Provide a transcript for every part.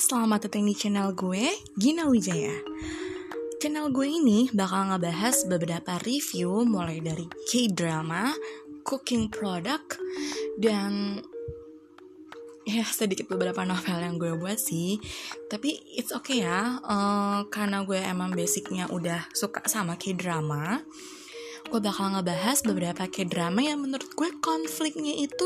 selamat datang di channel gue, Gina Wijaya. Channel gue ini bakal ngebahas beberapa review mulai dari K-drama, cooking product, dan ya sedikit beberapa novel yang gue buat sih. Tapi it's okay ya, karena gue emang basicnya udah suka sama K-drama. Gue bakal ngebahas beberapa K-drama yang menurut gue konfliknya itu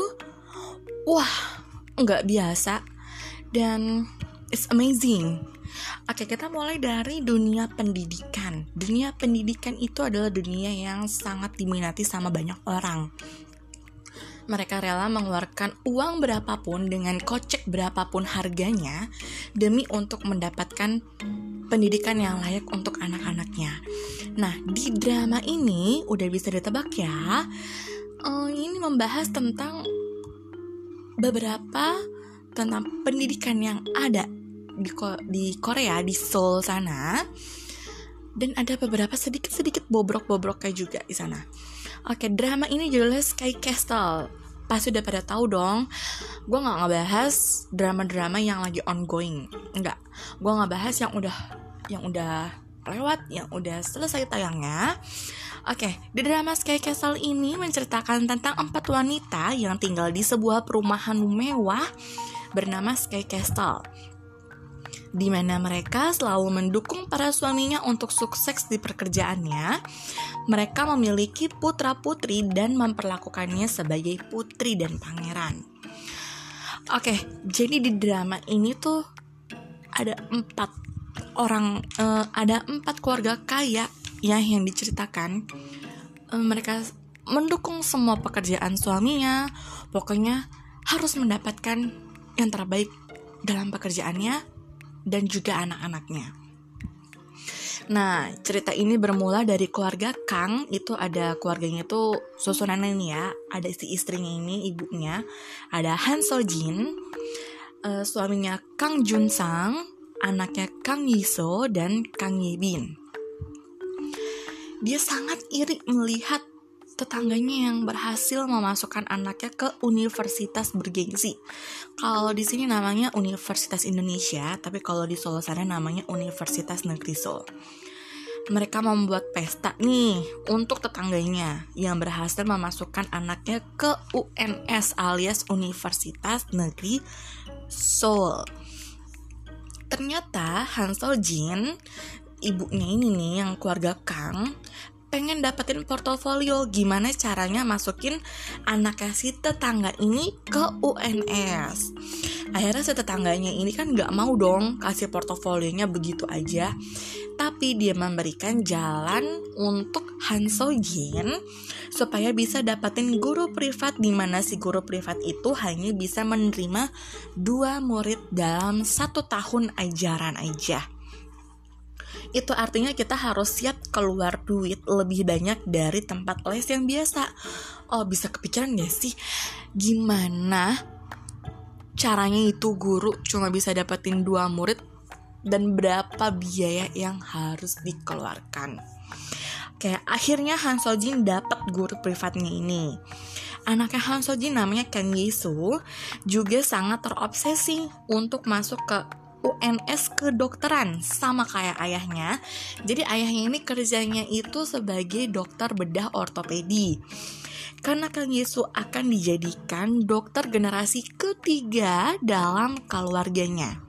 nggak biasa dan it's amazing. Oke, kita mulai dari dunia pendidikan. Dunia pendidikan itu adalah dunia yang sangat diminati sama banyak orang. Mereka rela mengeluarkan uang berapapun dengan kocek berapapun harganya demi untuk mendapatkan pendidikan yang layak untuk anak-anaknya. Nah, di drama ini udah bisa ditebak ya. Ini membahas tentang beberapa tentang pendidikan yang ada di Korea, di Seoul sana. Dan ada beberapa sedikit bobrok-bobroknya juga di sana. Oke, drama ini judulnya Sky Castle. Pasti udah pada tahu dong. Gue gak ngebahas drama-drama yang lagi ongoing. Enggak. Gue ngebahas yang udah lewat, yang udah selesai tayangnya. Oke, di drama Sky Castle ini menceritakan tentang 4 wanita yang tinggal di sebuah perumahan mewah bernama Sky Castle, di mana mereka selalu mendukung para suaminya untuk sukses di pekerjaannya. Mereka memiliki putra-putri dan memperlakukannya sebagai putri dan pangeran. Oke, jadi di drama ini tuh ada 4 keluarga kaya ya yang diceritakan. Mereka mendukung semua pekerjaan suaminya, pokoknya harus mendapatkan yang terbaik dalam pekerjaannya dan juga anak-anaknya. Nah, cerita ini bermula dari keluarga Kang. Itu ada keluarganya itu susunannya ini ya. Ada si istrinya ini, ibunya. Ada Han So Jin, suaminya Kang Jun Sang, anaknya Kang Yi So dan Kang Ye Bin. Dia sangat iri melihat tetangganya yang berhasil memasukkan anaknya ke universitas bergengsi. Kalau di sini namanya Universitas Indonesia, tapi kalau di Solo sana namanya Universitas Negeri Seoul. Mereka membuat pesta nih untuk tetangganya yang berhasil memasukkan anaknya ke UNS alias Universitas Negeri Seoul. Ternyata Han So Jin, ibunya ini nih yang keluarga Kang, pengen dapetin portofolio gimana caranya masukin anaknya si tetangga ini ke UNS. Akhirnya si tetangganya ini kan gak mau dong kasih portofolionya begitu aja, tapi dia memberikan jalan untuk Han So Jin supaya bisa dapetin guru privat, di mana si guru privat itu hanya bisa menerima 2 murid dalam 1 tahun ajaran aja. Itu artinya kita harus siap keluar duit lebih banyak dari tempat les yang biasa. Oh, bisa kepikiran gak sih gimana caranya itu guru cuma bisa dapetin 2 murid dan berapa biaya yang harus dikeluarkan. Kayak akhirnya Han So Jin dapat guru privatnya ini. Anaknya Han So Jin namanya Kang Ye So juga sangat terobsesi untuk masuk ke UNS kedokteran sama kayak ayahnya. Jadi ayahnya ini kerjanya itu sebagai dokter bedah ortopedi. Karena Kang Yesu akan dijadikan dokter generasi ketiga dalam keluarganya.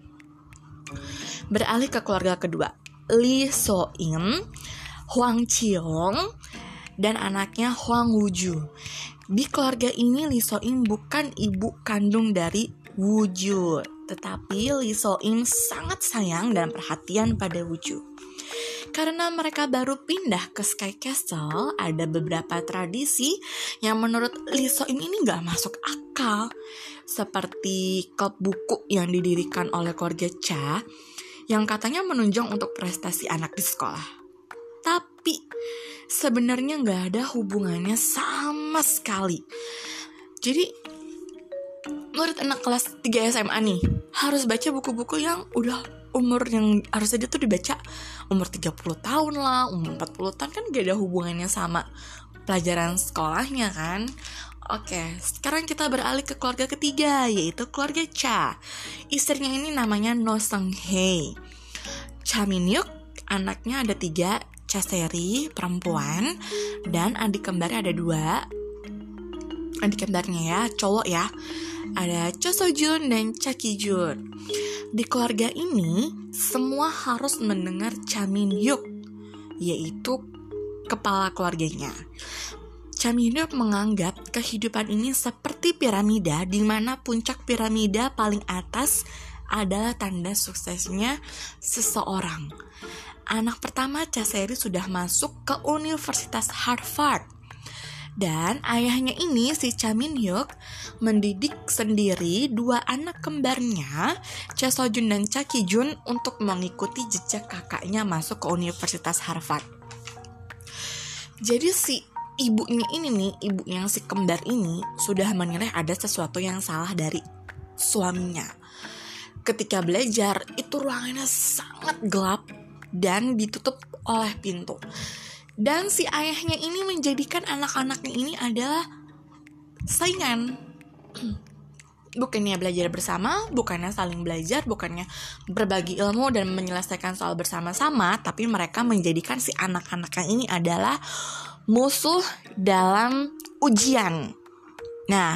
Beralih ke keluarga kedua, Lee So In, Hwang Cheong, dan anaknya Hwang Woo-ju. Di keluarga ini Lee So In bukan ibu kandung dari Woo-ju, tetapi Lee So In sangat sayang dan perhatian pada Woo-ju. Karena mereka baru pindah ke Sky Castle, ada beberapa tradisi yang menurut Lee So In ini gak masuk akal. Seperti klub buku yang didirikan oleh keluarga Cha, yang katanya menunjang untuk prestasi anak di sekolah. Tapi sebenarnya gak ada hubungannya sama sekali. Jadi murid anak kelas 3 SMA nih harus baca buku-buku yang udah umur yang harusnya dia tuh dibaca umur 30 tahun lah, umur 40 tahun, kan gak ada hubungannya sama pelajaran sekolahnya kan. Oke, sekarang kita beralih ke keluarga ketiga, yaitu keluarga Cha. Istrinya ini namanya No Seung Hae. Cha Min Hyuk, anaknya ada 3, Cha Seri, perempuan, dan adik kembarnya ada 2. Adik kembarnya ya, cowok ya. Ada Cho So Jun dan Cha Ki Jun. Di keluarga ini, semua harus mendengar Cha Min Hyuk, yaitu kepala keluarganya. Cha Min Hyuk menganggap kehidupan ini seperti piramida, di mana puncak piramida paling atas adalah tanda suksesnya seseorang. Anak pertama Cha Seri sudah masuk ke Universitas Harvard. Dan ayahnya ini, si Cha Min Hyuk, mendidik sendiri 2 anak kembarnya, Cha So Jun dan Cha Ki Jun, untuk mengikuti jejak kakaknya masuk ke Universitas Harvard. Jadi si ibunya ini nih, ibu yang si kembar ini, sudah menilai ada sesuatu yang salah dari suaminya. Ketika belajar, itu ruangannya sangat gelap dan ditutup oleh pintu. Dan si ayahnya ini menjadikan anak-anaknya ini adalah saingan. Bukannya belajar bersama, bukannya saling belajar, bukannya berbagi ilmu dan menyelesaikan soal bersama-sama, tapi mereka menjadikan si anak-anaknya ini adalah musuh dalam ujian. Nah,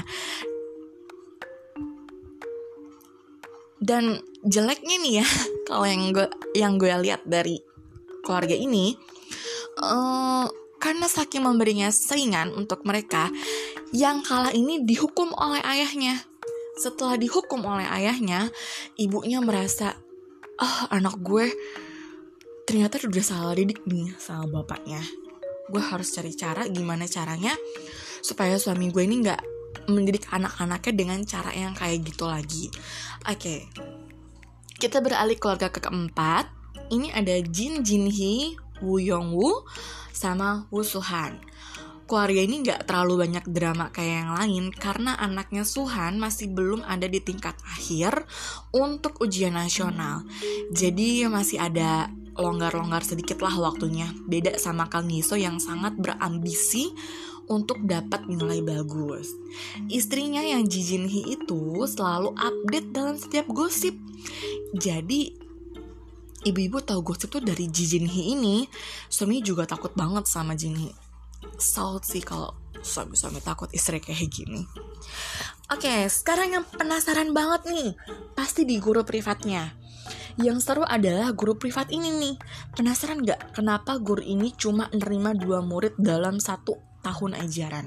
dan jeleknya nih ya, kalau yang gue lihat dari keluarga ini, karena saking memberinya saingan untuk mereka, yang kalah ini dihukum oleh ayahnya. Setelah dihukum oleh ayahnya, ibunya merasa, anak gue ternyata udah salah didik nih sama bapaknya. Gue harus cari cara gimana caranya supaya suami gue ini gak mendidik anak-anaknya dengan cara yang kayak gitu lagi. Oke, kita beralih keluarga keempat. Ini ada Jin Hee, Woo Young Woo, sama Woo Suhan. Keluarga ini gak terlalu banyak drama kayak yang lain karena anaknya Suhan masih belum ada di tingkat akhir untuk ujian nasional. Jadi masih ada longgar-longgar sedikit lah waktunya. Beda sama Kang Yiso yang sangat berambisi untuk dapat nilai bagus. Istrinya yang Ji Jin Hee itu selalu update dalam setiap gosip. Jadi ibu-ibu tahu gosip tuh dari Ji Jin Hee ini. Suami juga takut banget sama Jin Hee. Salut sih kalau suami-suami takut istri kayak gini. Oke, sekarang yang penasaran banget nih, pasti di guru privatnya. Yang seru adalah guru privat ini nih. Penasaran gak kenapa guru ini cuma nerima 2 murid dalam 1 tahun ajaran?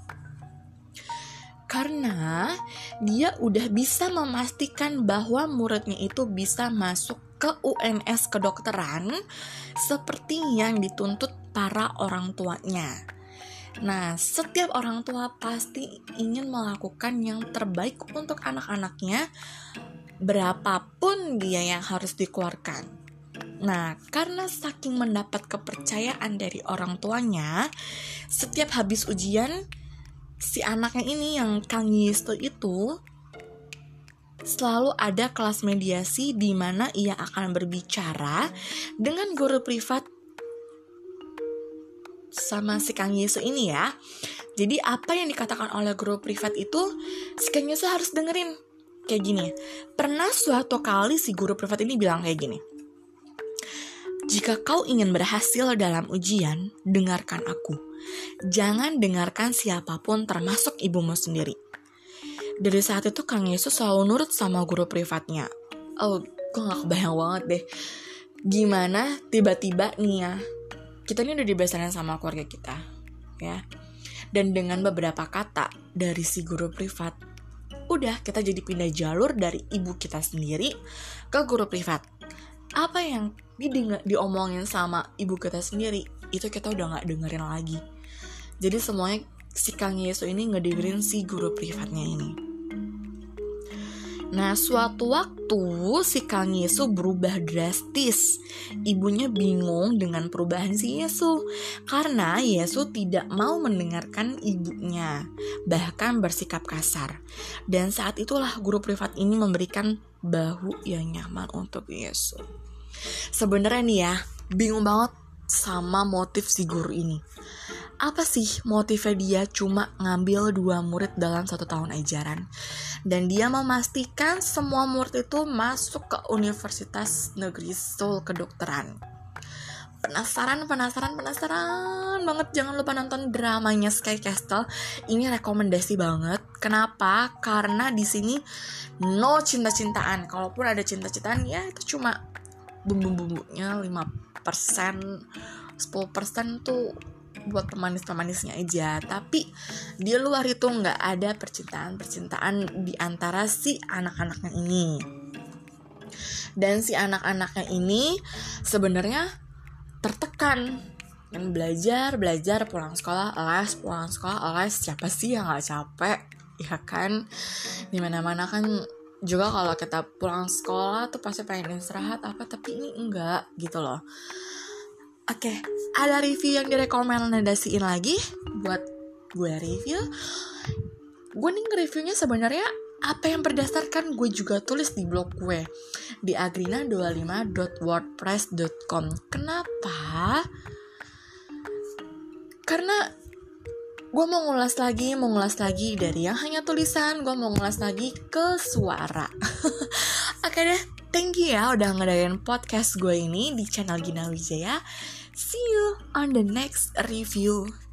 Karena dia udah bisa memastikan bahwa muridnya itu bisa masuk ke UNS kedokteran seperti yang dituntut para orang tuanya. Nah, setiap orang tua pasti ingin melakukan yang terbaik untuk anak-anaknya, berapapun biaya yang harus dikeluarkan. Nah, karena saking mendapat kepercayaan dari orang tuanya, setiap habis ujian, si anaknya ini yang Kang Yisto itu selalu ada kelas mediasi di mana ia akan berbicara dengan guru privat sama si Kang Yiso ini ya. Jadi apa yang dikatakan oleh guru privat itu si Kang Yiso harus dengerin. Kayak gini, pernah suatu kali si guru privat ini bilang kayak gini, jika kau ingin berhasil dalam ujian, dengarkan aku. Jangan dengarkan siapapun termasuk ibumu sendiri. Dari saat itu Kang Yesus selalu nurut sama guru privatnya. Gue gak kebayang banget deh gimana tiba-tiba nih ya, kita ini udah dibesarin sama keluarga kita ya, dan dengan beberapa kata dari si guru privat, udah kita jadi pindah jalur dari ibu kita sendiri ke guru privat. Apa yang diomongin sama ibu kita sendiri, itu kita udah gak dengerin lagi. Jadi semuanya si Kang Yesus ini ngedengerin si guru privatnya ini. Nah, suatu waktu si Kang Yesus berubah drastis. Ibunya bingung dengan perubahan si Yesus karena Yesus tidak mau mendengarkan ibunya, bahkan bersikap kasar. Dan saat itulah guru privat ini memberikan bahu yang nyaman untuk Yesus. Sebenarnya nih ya, bingung banget sama motif si guru ini. Apa sih motifnya dia cuma ngambil 2 murid dalam 1 tahun ajaran? Dan dia memastikan semua murid itu masuk ke Universitas Negeri Seoul Kedokteran. Penasaran banget, jangan lupa nonton dramanya Sky Castle. Ini rekomendasi banget. Kenapa? Karena di sini no cinta-cintaan. Kalaupun ada cinta-cintaan ya itu cuma bumbu-bumbunya 5%, 10% tuh buat pemanis-pemanisnya aja. Tapi di luar itu nggak ada percintaan di antara si anak-anaknya ini. Dan si anak-anaknya ini sebenarnya tertekan dan belajar, pulang sekolah, les. Siapa sih yang nggak capek, ya kan? Dimana-mana kan juga kalau kita pulang sekolah tuh pasti pengen istirahat tapi ini enggak gitu loh. Oke, ada review yang direkomendasiin lagi buat gue review. Gue nih nge-reviewnya sebenarnya apa yang berdasarkan gue juga tulis di blog gue di agrina25.wordpress.com. Kenapa? Karena gue mau ngulas lagi dari yang hanya tulisan, gue mau ngulas lagi ke suara. Oke deh, thank you ya udah ngedengerin podcast gue ini di channel Gina Wijaya. See you on the next review.